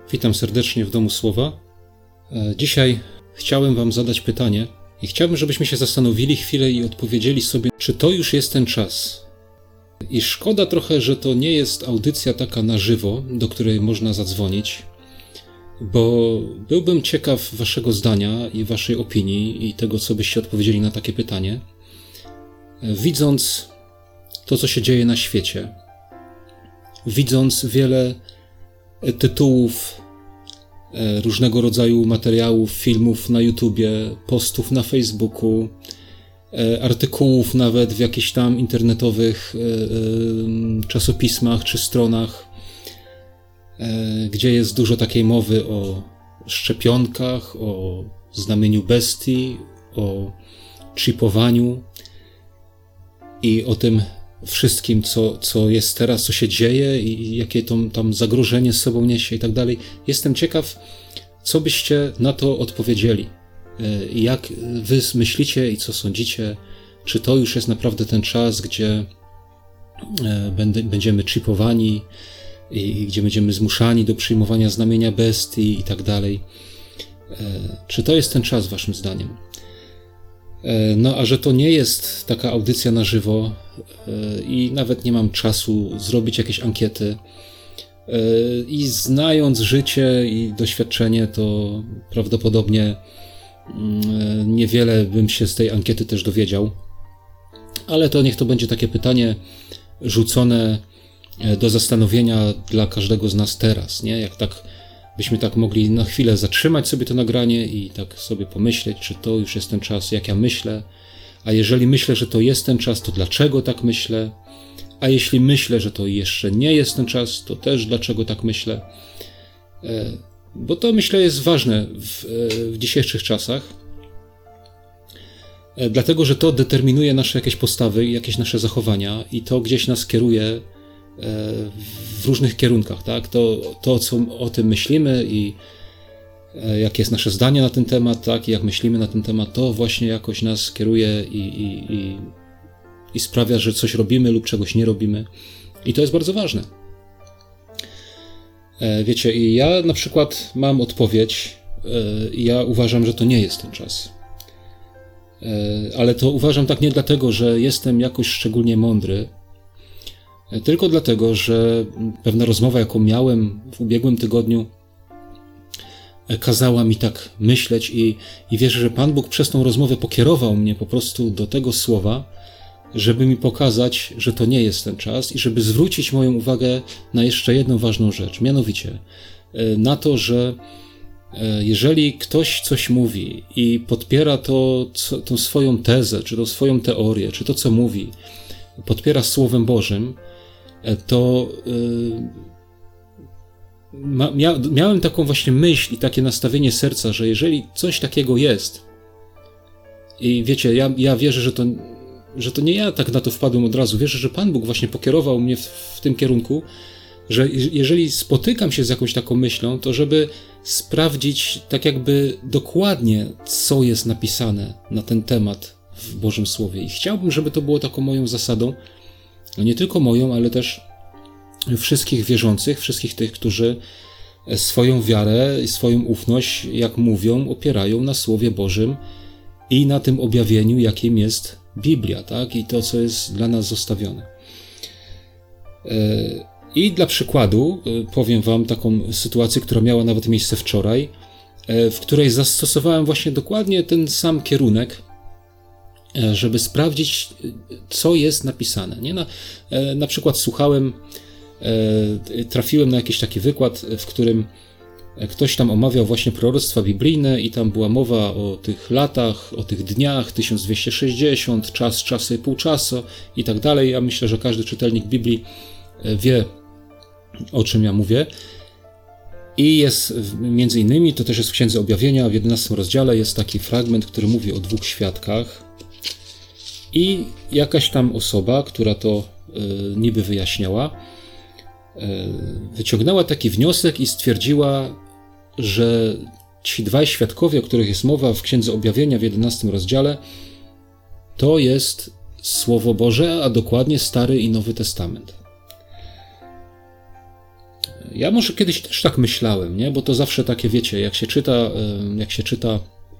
Witam serdecznie w Domu Słowa. Dzisiaj chciałem Wam zadać pytanie i chciałbym, żebyśmy się zastanowili chwilę i odpowiedzieli sobie, czy to już jest ten czas. I szkoda trochę, że to nie jest audycja taka na żywo, do której można zadzwonić, bo byłbym ciekaw Waszego zdania i Waszej opinii i tego, co byście odpowiedzieli na takie pytanie, widząc to, co się dzieje na świecie, widząc wiele tytułów, różnego rodzaju materiałów, filmów na YouTubie, postów na Facebooku, artykułów nawet w jakichś tam internetowych czasopismach czy stronach, gdzie jest dużo takiej mowy o szczepionkach, o znamieniu bestii, o chipowaniu i o tym wszystkim, co jest teraz, co się dzieje i jakie to tam zagrożenie z sobą niesie i tak dalej. Jestem ciekaw, co byście na to odpowiedzieli. Jak wy myślicie i co sądzicie? Czy to już jest naprawdę ten czas, gdzie będziemy chipowani i gdzie będziemy zmuszani do przyjmowania znamienia bestii i tak dalej? Czy to jest ten czas waszym zdaniem? No, a że to nie jest taka audycja na żywo i nawet nie mam czasu zrobić jakiejś ankiety i znając życie i doświadczenie, to prawdopodobnie niewiele bym się z tej ankiety też dowiedział, ale to niech to będzie takie pytanie rzucone do zastanowienia dla każdego z nas teraz, nie? Jak tak byśmy tak mogli na chwilę zatrzymać sobie to nagranie i tak sobie pomyśleć, czy to już jest ten czas, jak ja myślę, a jeżeli myślę, że to jest ten czas, to dlaczego tak myślę, a jeśli myślę, że to jeszcze nie jest ten czas, to też dlaczego tak myślę, bo to myślę jest ważne w dzisiejszych czasach, dlatego, że to determinuje nasze jakieś postawy, jakieś nasze zachowania i to gdzieś nas kieruje w różnych kierunkach, tak? To co o tym myślimy i jakie jest nasze zdanie na ten temat, tak? I jak myślimy na ten temat, to właśnie jakoś nas kieruje i sprawia, że coś robimy lub czegoś nie robimy. I to jest bardzo ważne. Wiecie, i ja na przykład mam odpowiedź i ja uważam, że to nie jest ten czas. Ale to uważam tak nie dlatego, że jestem jakoś szczególnie mądry, tylko dlatego, że pewna rozmowa, jaką miałem w ubiegłym tygodniu, kazała mi tak myśleć i wierzę, że Pan Bóg przez tą rozmowę pokierował mnie po prostu do tego słowa, żeby mi pokazać, że to nie jest ten czas i żeby zwrócić moją uwagę na jeszcze jedną ważną rzecz, mianowicie na to, że jeżeli ktoś coś mówi i podpiera tą swoją tezę, czy tą swoją teorię, czy to, co mówi, podpiera Słowem Bożym, to miałem taką właśnie myśl i takie nastawienie serca, że jeżeli coś takiego jest i wiecie, ja wierzę, że to nie ja tak na to wpadłem od razu, wierzę, że Pan Bóg właśnie pokierował mnie w tym kierunku, że jeżeli spotykam się z jakąś taką myślą, to żeby sprawdzić tak jakby dokładnie, co jest napisane na ten temat w Bożym Słowie. I chciałbym, żeby to było taką moją zasadą, no nie tylko moją, ale też wszystkich wierzących, wszystkich tych, którzy swoją wiarę i swoją ufność, jak mówią, opierają na Słowie Bożym i na tym objawieniu, jakim jest Biblia, tak? I to, co jest dla nas zostawione. I dla przykładu powiem wam taką sytuację, która miała nawet miejsce wczoraj, w której zastosowałem właśnie dokładnie ten sam kierunek, żeby sprawdzić, co jest napisane. Nie? Na przykład trafiłem na jakiś taki wykład, w którym ktoś tam omawiał właśnie proroctwa biblijne i tam była mowa o tych latach, o tych dniach, 1260, czasy, półczasu i tak dalej. Ja myślę, że każdy czytelnik Biblii wie, o czym ja mówię. I jest między innymi, to też jest w Księdze Objawienia, w 11 rozdziale jest taki fragment, który mówi o dwóch świadkach i jakaś tam osoba, która to niby wyjaśniała, wyciągnęła taki wniosek i stwierdziła, że ci dwaj świadkowie, o których jest mowa w Księdze Objawienia w 11 rozdziale, to jest Słowo Boże, a dokładnie Stary i Nowy Testament. Ja może kiedyś też tak myślałem, nie? Bo to zawsze takie, wiecie, jak się czyta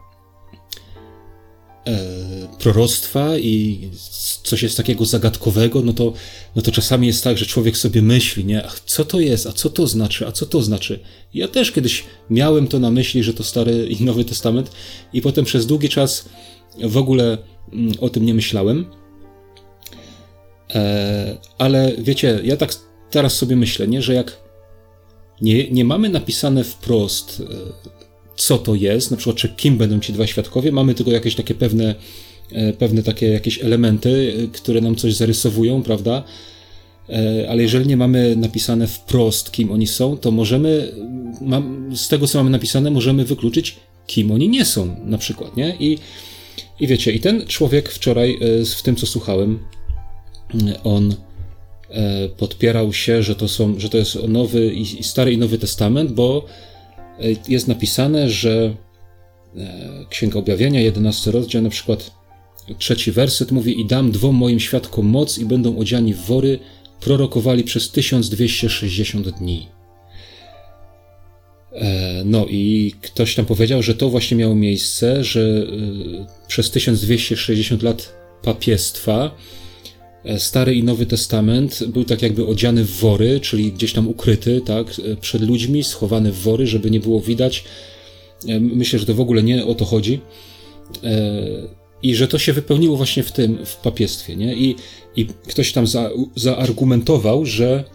proroctwa i coś jest takiego zagadkowego, no to czasami jest tak, że człowiek sobie myśli, nie? Ach, co to jest? A co to znaczy? A co to znaczy? Ja też kiedyś miałem to na myśli, że to Stary i Nowy Testament i potem przez długi czas w ogóle o tym nie myślałem. Ale wiecie, ja tak teraz sobie myślę, nie? Że jak nie mamy napisane wprost, co to jest, na przykład, czy kim będą ci dwa świadkowie, mamy tylko jakieś takie pewne takie jakieś elementy, które nam coś zarysowują, prawda? Ale jeżeli nie mamy napisane wprost, kim oni są, to możemy, z tego, co mamy napisane, możemy wykluczyć, kim oni nie są, na przykład, nie? I wiecie, i ten człowiek wczoraj, w tym, co słuchałem, on podpierał się, że to jest Stary i Nowy Testament, bo jest napisane, że Księga Objawienia, 11 rozdział, na przykład 3 werset mówi: i dam 2 moim świadkom moc i będą odziani w wory, prorokowali przez 1260 dni. No i ktoś tam powiedział, że to właśnie miało miejsce, że przez 1260 lat papiestwa Stary i Nowy Testament był tak jakby odziany w wory, czyli gdzieś tam ukryty, tak, przed ludźmi, schowany w wory, żeby nie było widać. Myślę, że to w ogóle nie o to chodzi. I że to się wypełniło właśnie w papiestwie, nie? I ktoś tam zaargumentował, że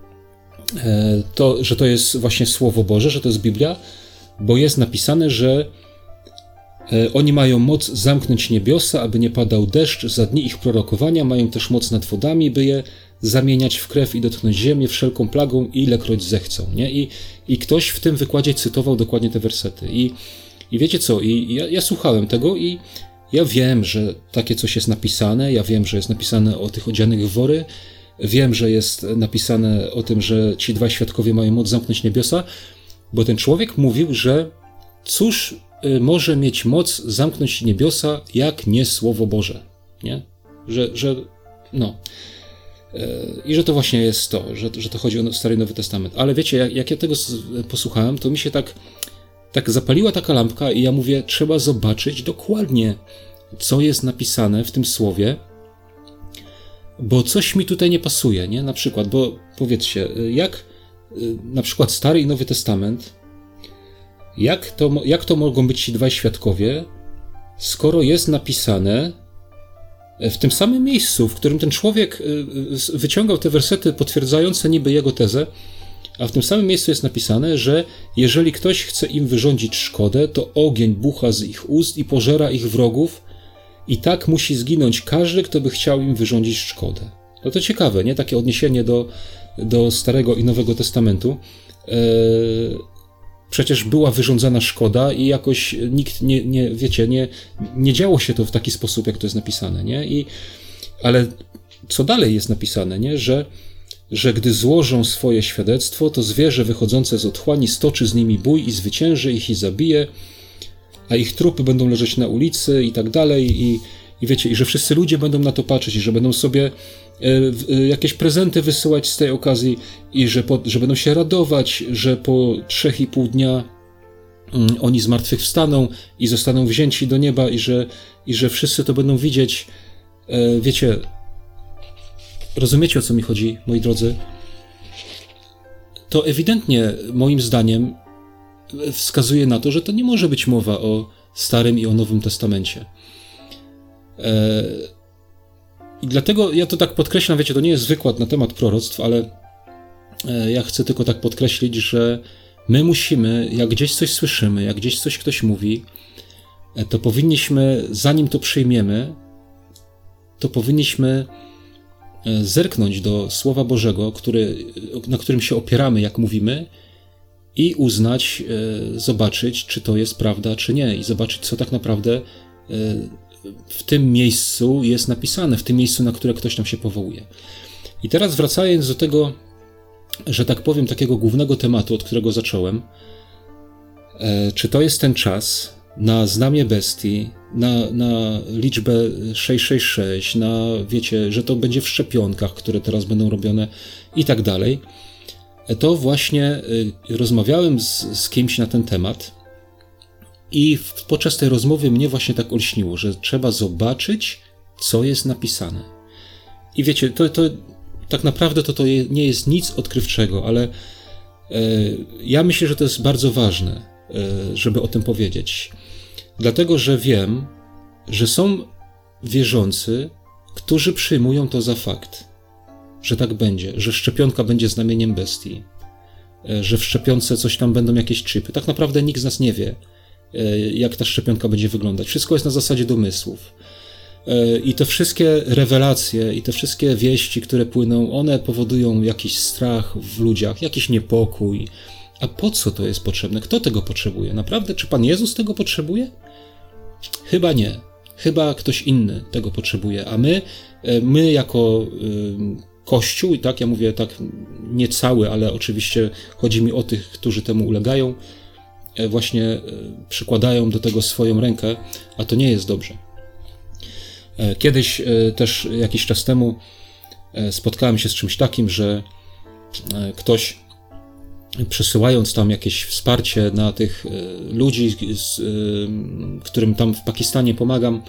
to jest właśnie Słowo Boże, że to jest Biblia, bo jest napisane, że oni mają moc zamknąć niebiosa, aby nie padał deszcz za dni ich prorokowania, mają też moc nad wodami, by je zamieniać w krew i dotknąć ziemię wszelką plagą, ilekroć zechcą, nie? I ktoś w tym wykładzie cytował dokładnie te wersety. I wiecie co? Ja słuchałem tego i ja wiem, że takie coś jest napisane, ja wiem, że jest napisane o tych odzianych w wory, wiem, że jest napisane o tym, że ci 2 świadkowie mają moc zamknąć niebiosa, bo ten człowiek mówił, że cóż może mieć moc zamknąć niebiosa, jak nie Słowo Boże, nie? I że to właśnie jest to, że to chodzi o Stary i Nowy Testament. Ale wiecie, jak ja tego posłuchałem, to mi się tak zapaliła taka lampka i ja mówię, trzeba zobaczyć dokładnie, co jest napisane w tym słowie, bo coś mi tutaj nie pasuje, nie? Na przykład, bo powiedzcie, jak na przykład Stary i Nowy Testament, jak to mogą być ci 2 świadkowie, skoro jest napisane w tym samym miejscu, w którym ten człowiek wyciągał te wersety potwierdzające niby jego tezę, a w tym samym miejscu jest napisane, że jeżeli ktoś chce im wyrządzić szkodę, to ogień bucha z ich ust i pożera ich wrogów i tak musi zginąć każdy, kto by chciał im wyrządzić szkodę. No to ciekawe, nie? Takie odniesienie do Starego i Nowego Testamentu. Przecież była wyrządzana szkoda i jakoś nikt nie działo się to w taki sposób, jak to jest napisane, nie? Ale co dalej jest napisane, nie? Że gdy złożą swoje świadectwo, to zwierzę wychodzące z otchłani stoczy z nimi bój i zwycięży ich i zabije, a ich trupy będą leżeć na ulicy i tak dalej i wiecie, i że wszyscy ludzie będą na to patrzeć i że będą sobie jakieś prezenty wysyłać z tej okazji i że będą się radować, że po 3,5 dnia oni zmartwychwstaną i zostaną wzięci do nieba i że wszyscy to będą widzieć. Wiecie, rozumiecie, o co mi chodzi, moi drodzy? To ewidentnie, moim zdaniem, wskazuje na to, że to nie może być mowa o Starym i o Nowym Testamencie. I dlatego ja to tak podkreślam, wiecie, to nie jest wykład na temat proroctw, ale ja chcę tylko tak podkreślić, że my musimy, jak gdzieś coś słyszymy, jak gdzieś coś ktoś mówi, to powinniśmy, zanim to przyjmiemy, to powinniśmy zerknąć do Słowa Bożego, na którym się opieramy, jak mówimy, i uznać, zobaczyć, czy to jest prawda, czy nie, i zobaczyć, co tak naprawdę w tym miejscu jest napisane, w tym miejscu, na które ktoś tam się powołuje. I teraz wracając do tego, że tak powiem, takiego głównego tematu, od którego zacząłem, czy to jest ten czas na znamię bestii, na liczbę 666, wiecie, że to będzie w szczepionkach, które teraz będą robione i tak dalej. to właśnie rozmawiałem z kimś na ten temat i podczas tej rozmowy mnie właśnie tak olśniło, że trzeba zobaczyć, co jest napisane. I wiecie, to tak naprawdę to nie jest nic odkrywczego, ale ja myślę, że to jest bardzo ważne, żeby o tym powiedzieć. Dlatego, że wiem, że są wierzący, którzy przyjmują to za fakt, że tak będzie, że szczepionka będzie znamieniem bestii, że w szczepionce coś tam będą jakieś chipy. Tak naprawdę nikt z nas nie wie, jak ta szczepionka będzie wyglądać. Wszystko jest na zasadzie domysłów. I te wszystkie rewelacje i te wszystkie wieści, które płyną, one powodują jakiś strach w ludziach, jakiś niepokój. A po co to jest potrzebne? Kto tego potrzebuje? Naprawdę? Czy Pan Jezus tego potrzebuje? Chyba nie. Chyba ktoś inny tego potrzebuje. A my jako Kościół, i tak, ja mówię tak nie cały, ale oczywiście chodzi mi o tych, którzy temu ulegają, właśnie przykładają do tego swoją rękę, a to nie jest dobrze. Kiedyś też jakiś czas temu spotkałem się z czymś takim, że ktoś, przesyłając tam jakieś wsparcie na tych ludzi, którym tam w Pakistanie pomagam,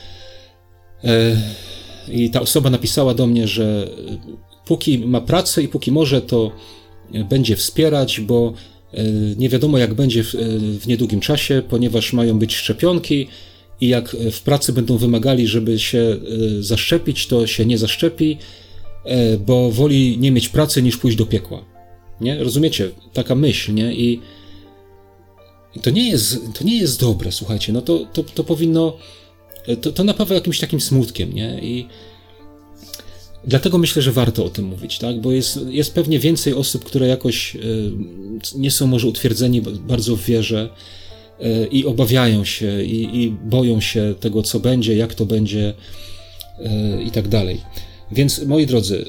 i ta osoba napisała do mnie, że póki ma pracę i póki może, to będzie wspierać, bo nie wiadomo jak będzie w niedługim czasie, ponieważ mają być szczepionki i jak w pracy będą wymagali, żeby się zaszczepić, to się nie zaszczepi, bo woli nie mieć pracy niż pójść do piekła. Nie? Rozumiecie? Taka myśl, nie? I to nie jest dobre, słuchajcie, no to powinno, to napawa jakimś takim smutkiem, nie? I dlatego myślę, że warto o tym mówić, tak? Bo jest pewnie więcej osób, które jakoś nie są może utwierdzeni bardzo w wierze i obawiają się i boją się tego, co będzie, jak to będzie i tak dalej. Więc, moi drodzy,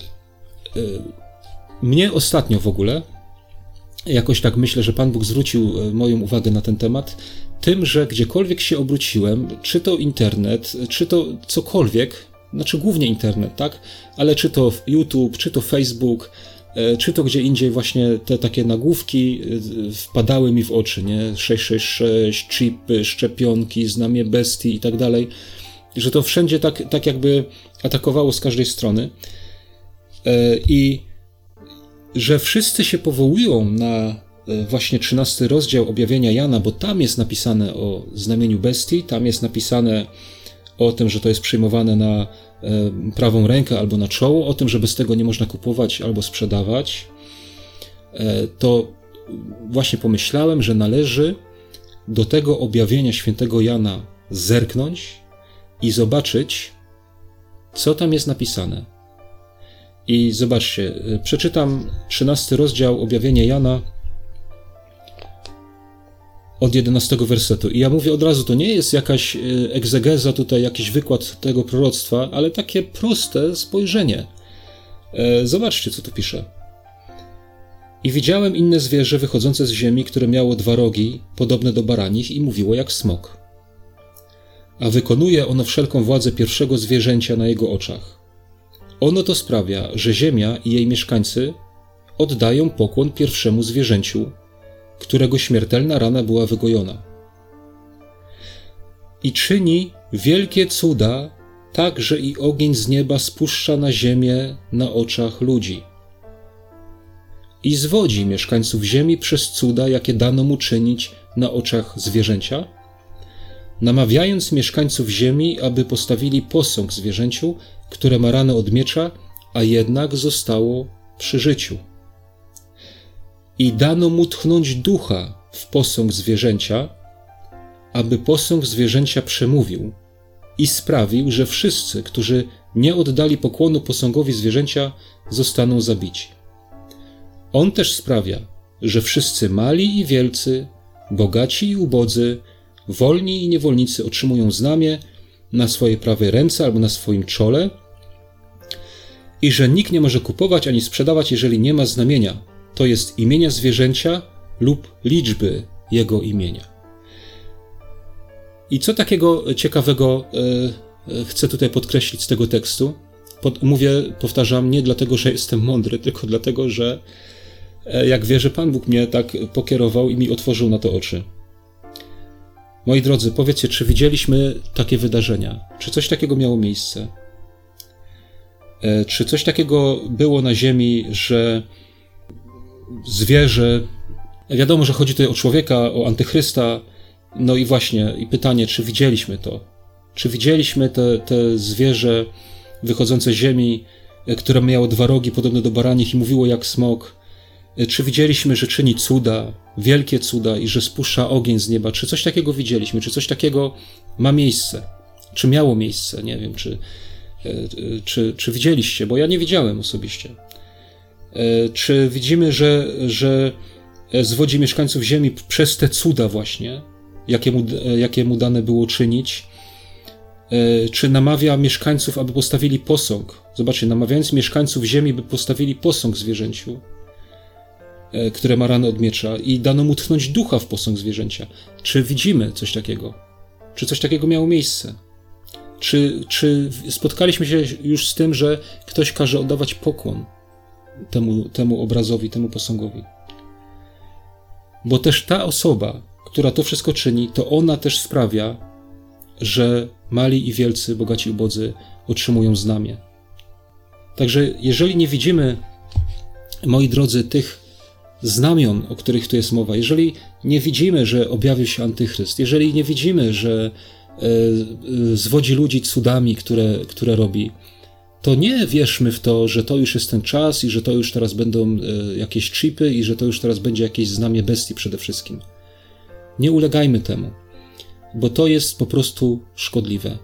mnie ostatnio w ogóle, jakoś tak myślę, że Pan Bóg zwrócił moją uwagę na ten temat, tym, że gdziekolwiek się obróciłem, czy to internet, czy to cokolwiek, znaczy głównie internet, tak? Ale czy to YouTube, czy to Facebook, czy to gdzie indziej właśnie te takie nagłówki wpadały mi w oczy, nie? 666, chipy, szczepionki, znamie bestii i tak dalej, że to wszędzie tak jakby atakowało z każdej strony i że wszyscy się powołują na właśnie 13 rozdział objawienia Jana, bo tam jest napisane o znamieniu bestii, tam jest napisane o tym, że to jest przyjmowane na prawą rękę albo na czoło, o tym, że bez tego nie można kupować albo sprzedawać, to właśnie pomyślałem, że należy do tego objawienia świętego Jana zerknąć i zobaczyć, co tam jest napisane. I zobaczcie, przeczytam 13 rozdział objawienia Jana od 11 wersetu. I ja mówię od razu, to nie jest jakaś egzegeza tutaj, jakiś wykład tego proroctwa, ale takie proste spojrzenie. Zobaczcie, co tu pisze. I widziałem inne zwierzę wychodzące z ziemi, które miało 2 rogi, podobne do baranich i mówiło jak smok. A wykonuje ono wszelką władzę pierwszego zwierzęcia na jego oczach. Ono to sprawia, że ziemia i jej mieszkańcy oddają pokłon pierwszemu zwierzęciu, którego śmiertelna rana była wygojona. I czyni wielkie cuda, tak, że i ogień z nieba spuszcza na ziemię na oczach ludzi. I zwodzi mieszkańców ziemi przez cuda, jakie dano mu czynić na oczach zwierzęcia, namawiając mieszkańców ziemi, aby postawili posąg zwierzęciu, które ma ranę od miecza, a jednak zostało przy życiu. I dano mu tchnąć ducha w posąg zwierzęcia, aby posąg zwierzęcia przemówił i sprawił, że wszyscy, którzy nie oddali pokłonu posągowi zwierzęcia, zostaną zabici. On też sprawia, że wszyscy mali i wielcy, bogaci i ubodzy, wolni i niewolnicy otrzymują znamię na swojej prawej ręce albo na swoim czole i że nikt nie może kupować ani sprzedawać, jeżeli nie ma znamienia, to jest imienia zwierzęcia lub liczby jego imienia. I co takiego ciekawego chcę tutaj podkreślić z tego tekstu? Powtarzam, nie dlatego, że jestem mądry, tylko dlatego, że Jak wierzę, Pan Bóg mnie tak pokierował i mi otworzył na to oczy. Moi drodzy, powiedzcie, czy widzieliśmy takie wydarzenia? Czy coś takiego miało miejsce? Czy coś takiego było na ziemi, że zwierzę... Wiadomo, że chodzi tutaj o człowieka, o antychrysta. No i właśnie, i pytanie, czy widzieliśmy to? Czy widzieliśmy te zwierzę wychodzące z ziemi, które miało 2 rogi podobne do baranich i mówiło jak smok? Czy widzieliśmy, że czyni cuda, wielkie cuda i że spuszcza ogień z nieba? Czy coś takiego widzieliśmy? Czy coś takiego ma miejsce? Czy miało miejsce? Nie wiem, czy widzieliście, bo ja nie widziałem osobiście. Czy widzimy, że zwodzi mieszkańców ziemi przez te cuda właśnie, jakie mu dane było czynić? Czy namawia mieszkańców, aby postawili posąg? Zobaczcie, namawiając mieszkańców ziemi, by postawili posąg zwierzęciu, które ma rany od miecza, i dano mu tchnąć ducha w posąg zwierzęcia. Czy widzimy coś takiego? Czy coś takiego miało miejsce? Czy spotkaliśmy się już z tym, że ktoś każe oddawać pokłon temu obrazowi, temu posągowi? Bo też ta osoba, która to wszystko czyni, to ona też sprawia, że mali i wielcy, bogaci i ubodzy otrzymują znamię. Także jeżeli nie widzimy, moi drodzy, tych znamion, o których tu jest mowa, jeżeli nie widzimy, że objawił się antychryst, jeżeli nie widzimy, że zwodzi ludzi cudami, które robi, to nie wierzmy w to, że to już jest ten czas i że to już teraz będą jakieś chipy i że to już teraz będzie jakieś znamie bestii przede wszystkim. Nie ulegajmy temu, bo to jest po prostu szkodliwe.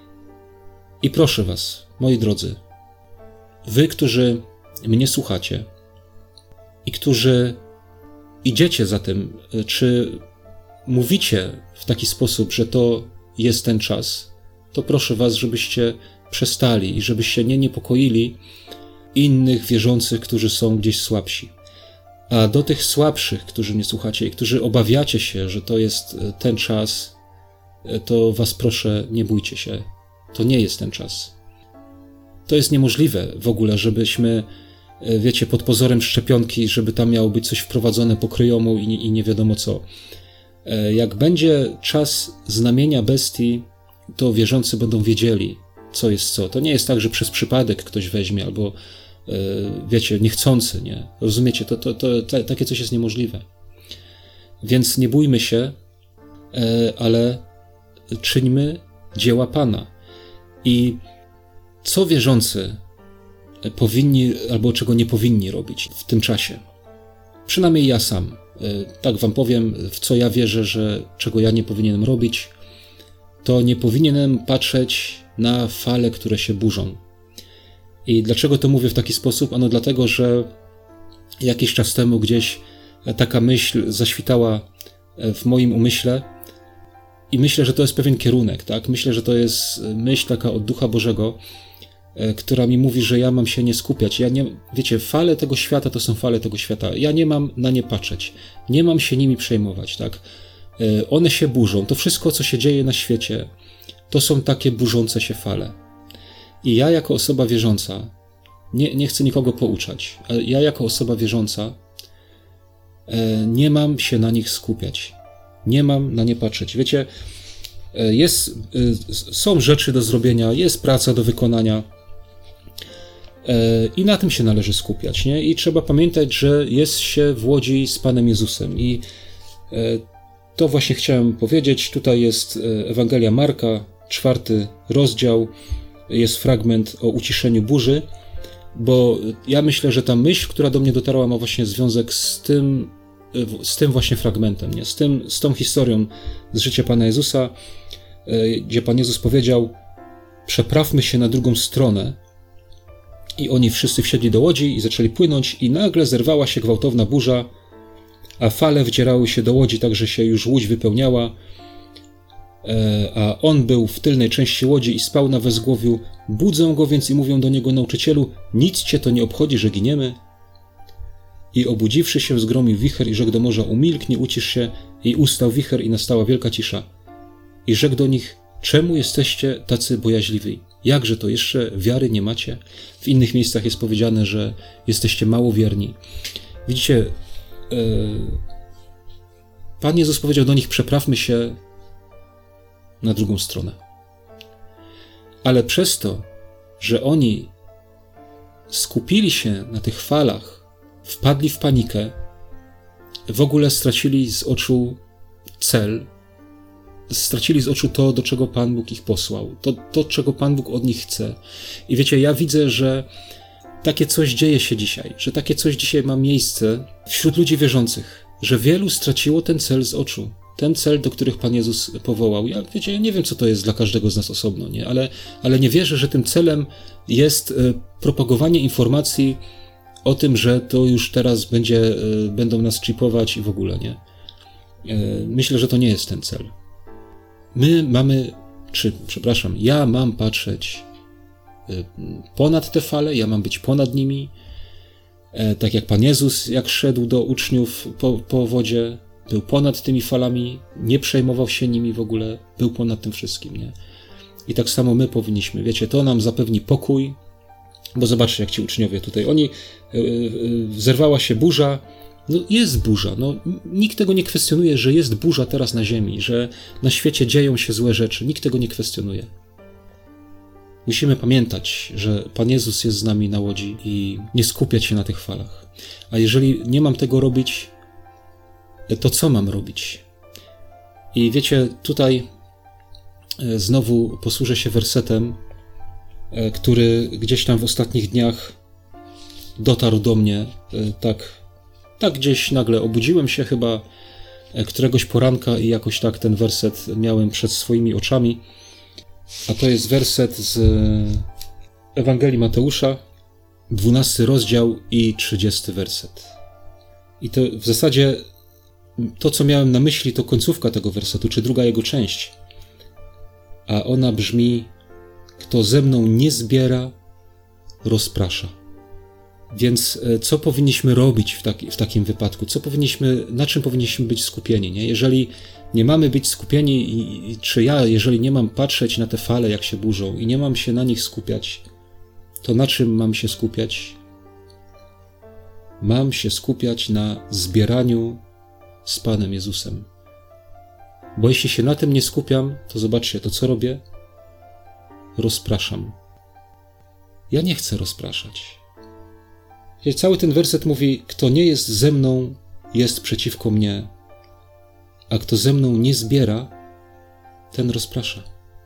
I proszę was, moi drodzy, wy, którzy mnie słuchacie i którzy idziecie za tym, czy mówicie w taki sposób, że to jest ten czas, to proszę was, żebyście przestali i żebyście nie niepokoili innych wierzących, którzy są gdzieś słabsi. A do tych słabszych, którzy mnie słuchacie i którzy obawiacie się, że to jest ten czas, to was proszę, nie bójcie się. To nie jest ten czas. To jest niemożliwe w ogóle, żebyśmy, wiecie, pod pozorem szczepionki, żeby tam miało być coś wprowadzone pokryjomu i nie wiadomo co. Jak będzie czas znamienia bestii, to wierzący będą wiedzieli, co jest co. To nie jest tak, że przez przypadek ktoś weźmie albo, wiecie, niechcący, nie? Rozumiecie? Takie coś jest niemożliwe. Więc nie bójmy się, ale czyńmy dzieła Pana. I co wierzący powinni albo czego nie powinni robić w tym czasie? Przynajmniej ja sam. Tak wam powiem, w co ja wierzę, że czego ja nie powinienem robić, to nie powinienem patrzeć na fale, które się burzą. I dlaczego to mówię w taki sposób? Ano dlatego, że jakiś czas temu gdzieś taka myśl zaświtała w moim umyśle i myślę, że to jest pewien kierunek, tak? Myślę, że to jest myśl taka od Ducha Bożego, która mi mówi, że ja mam się nie skupiać. Wiecie, fale tego świata to są fale tego świata. Ja nie mam na nie patrzeć. Nie mam się nimi przejmować, tak? One się burzą. To wszystko, co się dzieje na świecie, to są takie burzące się fale. I ja jako osoba wierząca, nie chcę nikogo pouczać, ale ja jako osoba wierząca nie mam się na nich skupiać. Nie mam na nie patrzeć. Wiecie, są rzeczy do zrobienia, jest praca do wykonania i na tym się należy skupiać, nie? I trzeba pamiętać, że jest się w łodzi z Panem Jezusem. I to właśnie chciałem powiedzieć. Tutaj jest Ewangelia Marka, 4 rozdział, jest fragment o uciszeniu burzy, bo ja myślę, że ta myśl, która do mnie dotarła, ma właśnie związek z tym właśnie fragmentem, nie? Z tą historią z życia Pana Jezusa, gdzie Pan Jezus powiedział: przeprawmy się na drugą stronę. I oni wszyscy wsiedli do łodzi i zaczęli płynąć i nagle zerwała się gwałtowna burza, a fale wdzierały się do łodzi, tak że się już łódź wypełniała, a on był w tylnej części łodzi i spał na wezgłowiu. Budzą go więc i mówią do niego: nauczycielu, nic cię to nie obchodzi, że giniemy? I obudziwszy się, zgromił wicher i rzekł do morza: umilknij, ucisz się. I ustał wicher i nastała wielka cisza. I rzekł do nich: czemu jesteście tacy bojaźliwi? Jakże to, jeszcze wiary nie macie? W innych miejscach jest powiedziane, że jesteście małowierni. Widzicie, Pan Jezus powiedział do nich: przeprawmy się na drugą stronę. Ale przez to, że oni skupili się na tych falach, wpadli w panikę, w ogóle stracili z oczu cel, stracili z oczu to, do czego Pan Bóg ich posłał, to, czego Pan Bóg od nich chce. I wiecie, ja widzę, że takie coś dzieje się dzisiaj, że takie coś dzisiaj ma miejsce wśród ludzi wierzących, że wielu straciło ten cel z oczu, ten cel, do których Pan Jezus powołał. Ja nie wiem, co to jest dla każdego z nas osobno, nie? Ale nie wierzę, że tym celem jest propagowanie informacji o tym, że to już teraz będą nas chipować i w ogóle, nie? Myślę, że to nie jest ten cel. Ja mam patrzeć ponad te fale, ja mam być ponad nimi, tak jak Pan Jezus, jak szedł do uczniów po wodzie, był ponad tymi falami, nie przejmował się nimi w ogóle, był ponad tym wszystkim, nie? I tak samo my powinniśmy, wiecie, to nam zapewni pokój, bo zobaczcie, jak ci uczniowie tutaj, zerwała się burza, no jest burza, no nikt tego nie kwestionuje, że jest burza teraz na ziemi, że na świecie dzieją się złe rzeczy, nikt tego nie kwestionuje. Musimy pamiętać, że Pan Jezus jest z nami na łodzi i nie skupiać się na tych falach. A jeżeli nie mam tego robić, to co mam robić? I wiecie, tutaj znowu posłużę się wersetem, który gdzieś tam w ostatnich dniach dotarł do mnie, tak gdzieś nagle obudziłem się chyba któregoś poranka i jakoś tak ten werset miałem przed swoimi oczami. A to jest werset z Ewangelii Mateusza, 12 rozdział i 30 werset. I to w zasadzie to, co miałem na myśli, to końcówka tego wersetu, czy druga jego część. A ona brzmi: kto ze mną nie zbiera, rozprasza. Więc co powinniśmy robić w takim wypadku? Na czym powinniśmy być skupieni? Nie? Jeżeli nie mamy być skupieni, jeżeli nie mam patrzeć na te fale, jak się burzą i nie mam się na nich skupiać, to na czym mam się skupiać? Mam się skupiać na zbieraniu z Panem Jezusem. Bo jeśli się na tym nie skupiam, to zobaczcie, to co robię? Rozpraszam. Ja nie chcę rozpraszać. Cały ten werset mówi: kto nie jest ze mną, jest przeciwko mnie, a kto ze mną nie zbiera, ten rozprasza.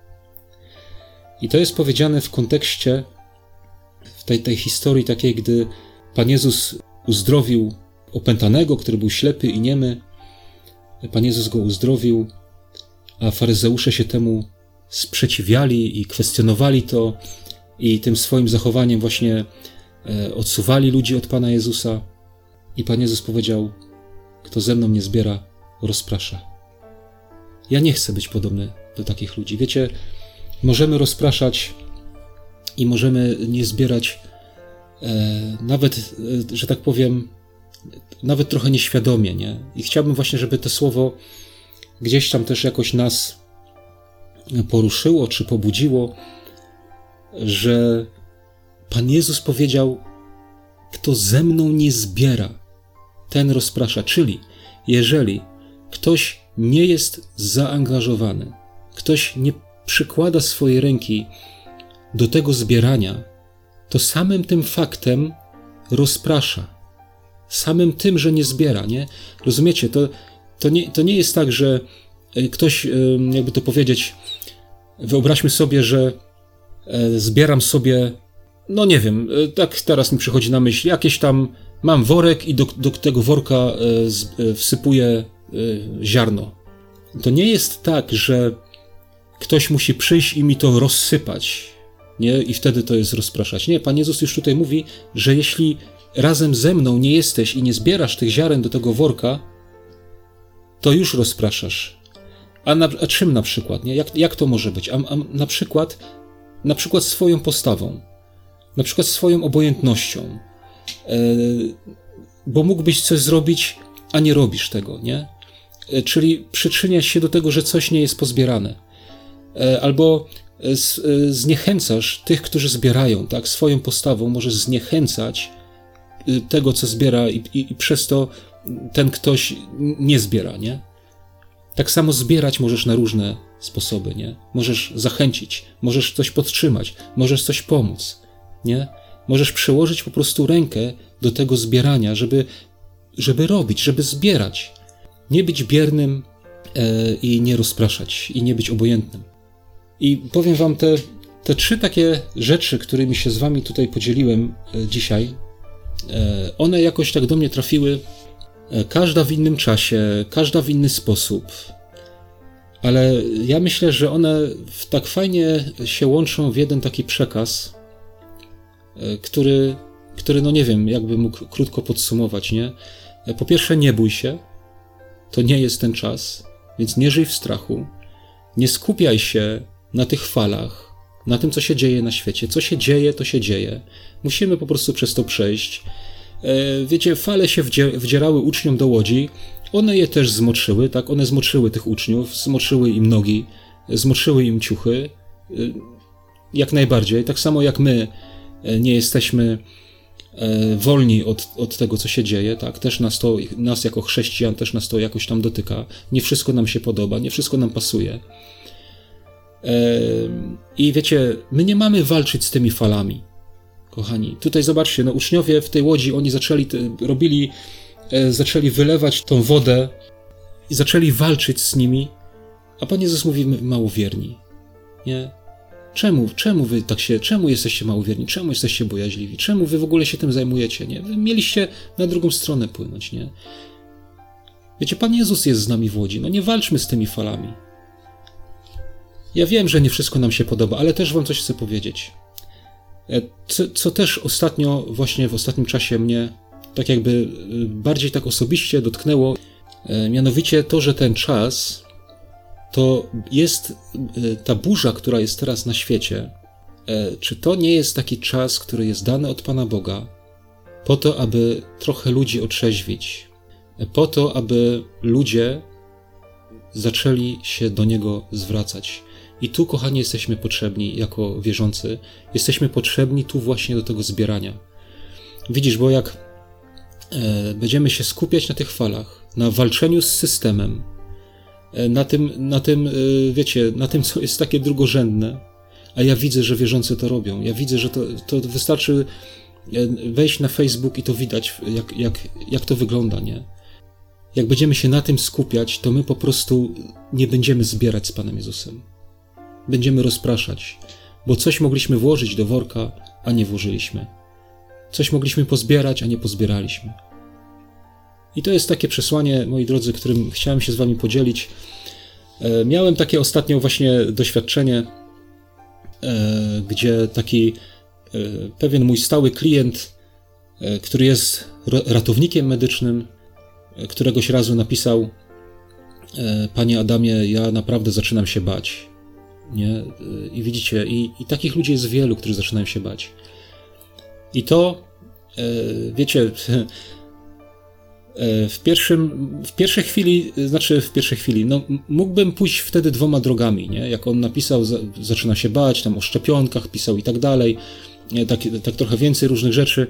I to jest powiedziane w kontekście w tej historii takiej, gdy Pan Jezus uzdrowił opętanego, który był ślepy i niemy. Pan Jezus go uzdrowił, a faryzeusze się temu sprzeciwiali i kwestionowali to i tym swoim zachowaniem właśnie odsuwali ludzi od Pana Jezusa. I Pan Jezus powiedział: kto ze mną nie zbiera, rozprasza. Ja nie chcę być podobny do takich ludzi. Wiecie, możemy rozpraszać i możemy nie zbierać nawet, że tak powiem, nawet trochę nieświadomie, nie? I chciałbym właśnie, żeby to słowo gdzieś tam też jakoś nas poruszyło, czy pobudziło, że Pan Jezus powiedział: kto ze mną nie zbiera, ten rozprasza. Czyli jeżeli ktoś nie jest zaangażowany, ktoś nie przykłada swojej ręki do tego zbierania, to samym tym faktem rozprasza. Samym tym, że nie zbiera, nie? Rozumiecie? To nie jest tak, że ktoś, jakby to powiedzieć, wyobraźmy sobie, że zbieram sobie, no nie wiem, tak teraz mi przychodzi na myśl, jakieś tam, mam worek i do tego worka wsypuję ziarno. To nie jest tak, że ktoś musi przyjść i mi to rozsypać, nie? I wtedy to jest rozpraszać. Nie, Pan Jezus już tutaj mówi, że jeśli razem ze mną nie jesteś i nie zbierasz tych ziaren do tego worka, to już rozpraszasz. A czym na przykład? Nie? Jak to może być? A na przykład swoją postawą, na przykład swoją obojętnością, bo mógłbyś coś zrobić, a nie robisz tego, nie? Czyli przyczyniasz się do tego, że coś nie jest pozbierane. Albo zniechęcasz tych, którzy zbierają, tak? Swoją postawą możesz zniechęcać tego, co zbiera i przez to ten ktoś nie zbiera, nie? Tak samo zbierać możesz na różne sposoby, nie? Możesz zachęcić, możesz coś podtrzymać, możesz coś pomóc, nie? Możesz przełożyć po prostu rękę do tego zbierania, żeby robić, żeby zbierać. Nie być biernym i nie rozpraszać, i nie być obojętnym. I powiem wam te 3 takie rzeczy, którymi się z wami tutaj podzieliłem dzisiaj, one jakoś tak do mnie trafiły, każda w innym czasie, każda w inny sposób, ale ja myślę, że one tak fajnie się łączą w jeden taki przekaz, który no nie wiem, jakby mógł krótko podsumować, nie? Po pierwsze, nie bój się, to nie jest ten czas, więc nie żyj w strachu, nie skupiaj się na tych falach, na tym, co się dzieje na świecie. Co się dzieje, to się dzieje. Musimy po prostu przez to przejść. Wiecie, fale się wdzierały uczniom do łodzi, one je też zmoczyły, tak? One zmoczyły tych uczniów, zmoczyły im nogi, zmoczyły im ciuchy, jak najbardziej. Tak samo jak my nie jesteśmy wolni od tego, co się dzieje, tak? Też nas jako chrześcijan, też nas to jakoś tam dotyka. Nie wszystko nam się podoba, nie wszystko nam pasuje. I wiecie, my nie mamy walczyć z tymi falami, kochani. Tutaj zobaczcie, no uczniowie w tej łodzi, oni zaczęli wylewać tą wodę i zaczęli walczyć z nimi, a Pan Jezus mówi, małowierni, nie? Czemu jesteście małowierni? Czemu jesteście bojaźliwi? Czemu wy w ogóle się tym zajmujecie, nie? Wy mieliście na drugą stronę płynąć, nie? Wiecie, Pan Jezus jest z nami w łodzi, no nie walczmy z tymi falami. Ja wiem, że nie wszystko nam się podoba, ale też wam coś chcę powiedzieć. Co też właśnie w ostatnim czasie mnie tak jakby bardziej tak osobiście dotknęło, mianowicie to, że ten czas to jest ta burza, która jest teraz na świecie. Czy to nie jest taki czas, który jest dany od Pana Boga po to, aby trochę ludzi otrzeźwić, po to, aby ludzie zaczęli się do Niego zwracać. I tu, kochani, jesteśmy potrzebni jako wierzący. Jesteśmy potrzebni tu właśnie do tego zbierania. Widzisz, bo jak będziemy się skupiać na tych falach, na walczeniu z systemem, wiecie, na tym, co jest takie drugorzędne, a ja widzę, że wierzący to robią. Ja widzę, że to wystarczy wejść na Facebook i to widać, jak to wygląda, nie? Jak będziemy się na tym skupiać, to my po prostu nie będziemy zbierać z Panem Jezusem. Będziemy rozpraszać, bo coś mogliśmy włożyć do worka, a nie włożyliśmy. Coś mogliśmy pozbierać, a nie pozbieraliśmy. I to jest takie przesłanie, moi drodzy, którym chciałem się z wami podzielić. Miałem takie ostatnio właśnie doświadczenie, gdzie taki pewien mój stały klient, który jest ratownikiem medycznym, któregoś razu napisał: Panie Adamie, ja naprawdę zaczynam się bać. Nie? I widzicie, i takich ludzi jest wielu, którzy zaczynają się bać. I to, wiecie, w pierwszej chwili, no mógłbym pójść wtedy 2 drogami, nie? Jak on napisał, zaczyna się bać, tam o szczepionkach pisał i tak dalej, tak trochę więcej różnych rzeczy.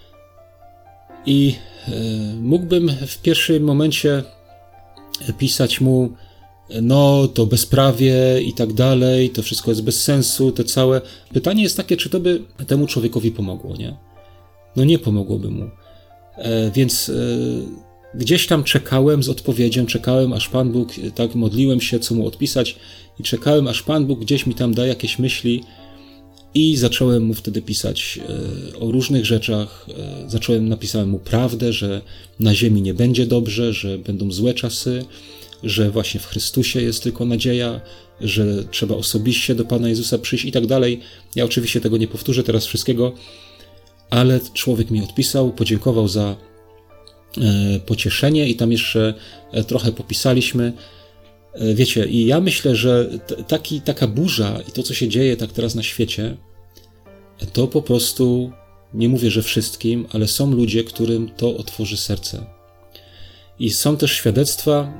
I mógłbym w pierwszym momencie pisać mu, no to bezprawie i tak dalej, to wszystko jest bez sensu, te całe. Pytanie jest takie, czy to by temu człowiekowi pomogło, nie? No nie pomogłoby mu. Więc gdzieś tam czekałem z odpowiedzią, czekałem aż Pan Bóg, tak modliłem się, co mu odpisać i czekałem aż Pan Bóg gdzieś mi tam da jakieś myśli i zacząłem mu wtedy pisać o różnych rzeczach. Napisałem mu prawdę, że na ziemi nie będzie dobrze, że będą złe czasy, że właśnie w Chrystusie jest tylko nadzieja, że trzeba osobiście do Pana Jezusa przyjść i tak dalej. Ja oczywiście tego nie powtórzę teraz wszystkiego, ale człowiek mi odpisał, podziękował za pocieszenie i tam jeszcze trochę popisaliśmy. Wiecie, i ja myślę, że taka burza i to, co się dzieje tak teraz na świecie, to po prostu, nie mówię, że wszystkim, ale są ludzie, którym to otworzy serce. I są też świadectwa,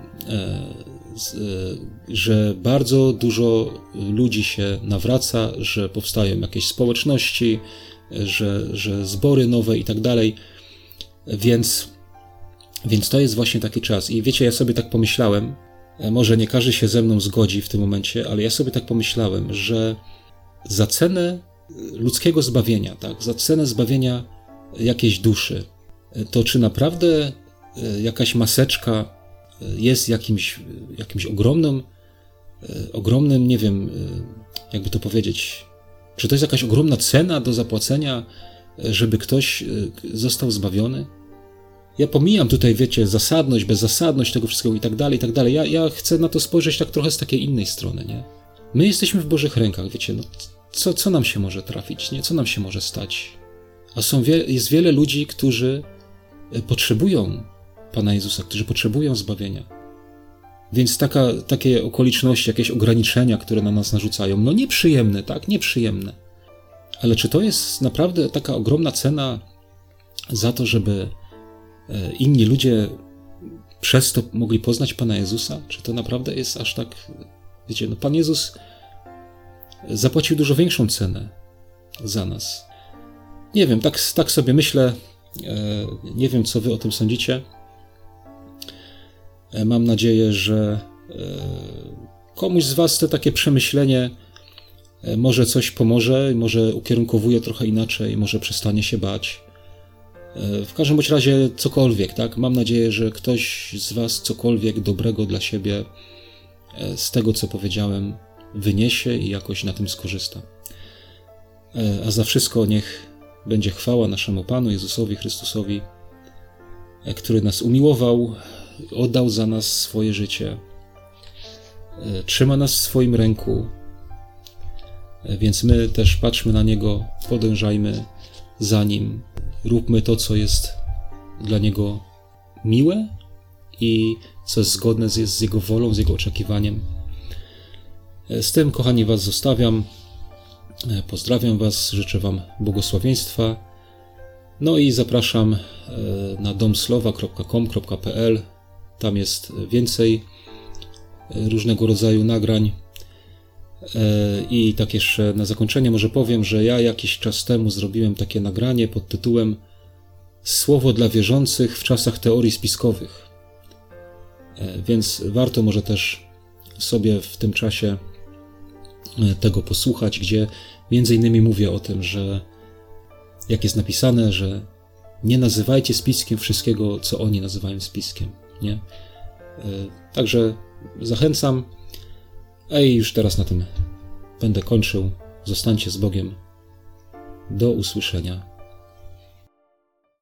że bardzo dużo ludzi się nawraca, że powstają jakieś społeczności, że zbory nowe i tak dalej. Więc to jest właśnie taki czas. I wiecie, ja sobie tak pomyślałem, może nie każdy się ze mną zgodzi w tym momencie, ale ja sobie tak pomyślałem, że za cenę ludzkiego zbawienia, tak, za cenę zbawienia jakiejś duszy, to czy naprawdę jakaś maseczka jest jakimś ogromnym, nie wiem, jakby to powiedzieć, czy to jest jakaś ogromna cena do zapłacenia, żeby ktoś został zbawiony? Ja pomijam tutaj, wiecie, zasadność, bezzasadność tego wszystkiego i tak dalej, i tak dalej. Ja chcę na to spojrzeć tak trochę z takiej innej strony, nie? My jesteśmy w Bożych rękach, wiecie, no co nam się może trafić, nie? Co nam się może stać? A jest wiele ludzi, którzy potrzebują Pana Jezusa, którzy potrzebują zbawienia. Więc takie okoliczności, jakieś ograniczenia, które na nas narzucają, no nieprzyjemne, tak? Nieprzyjemne. Ale czy to jest naprawdę taka ogromna cena za to, żeby inni ludzie przez to mogli poznać Pana Jezusa? Czy to naprawdę jest aż tak, wiecie, no Pan Jezus zapłacił dużo większą cenę za nas. Nie wiem, tak sobie myślę, nie wiem, co wy o tym sądzicie. Mam nadzieję, że komuś z was to takie przemyślenie może coś pomoże, może ukierunkowuje trochę inaczej, może przestanie się bać. W każdym bądź razie cokolwiek, tak? Mam nadzieję, że ktoś z was cokolwiek dobrego dla siebie z tego, co powiedziałem, wyniesie i jakoś na tym skorzysta. A za wszystko niech będzie chwała naszemu Panu Jezusowi Chrystusowi, który nas umiłował, oddał za nas swoje życie, trzyma nas w swoim ręku, więc my też patrzmy na Niego, podążajmy za Nim, róbmy to, co jest dla Niego miłe i co jest zgodne z Jego wolą, z Jego oczekiwaniem. Z tym, kochani, was zostawiam. Pozdrawiam was, życzę wam błogosławieństwa. No i zapraszam na domslowa.com.pl. Tam jest więcej różnego rodzaju nagrań. I tak jeszcze na zakończenie może powiem, że ja jakiś czas temu zrobiłem takie nagranie pod tytułem Słowo dla wierzących w czasach teorii spiskowych. Więc warto może też sobie w tym czasie tego posłuchać, gdzie między innymi mówię o tym, że jak jest napisane, że nie nazywajcie spiskiem wszystkiego, co oni nazywają spiskiem, nie? Także zachęcam, a i już teraz na tym będę kończył. Zostańcie z Bogiem. Do usłyszenia.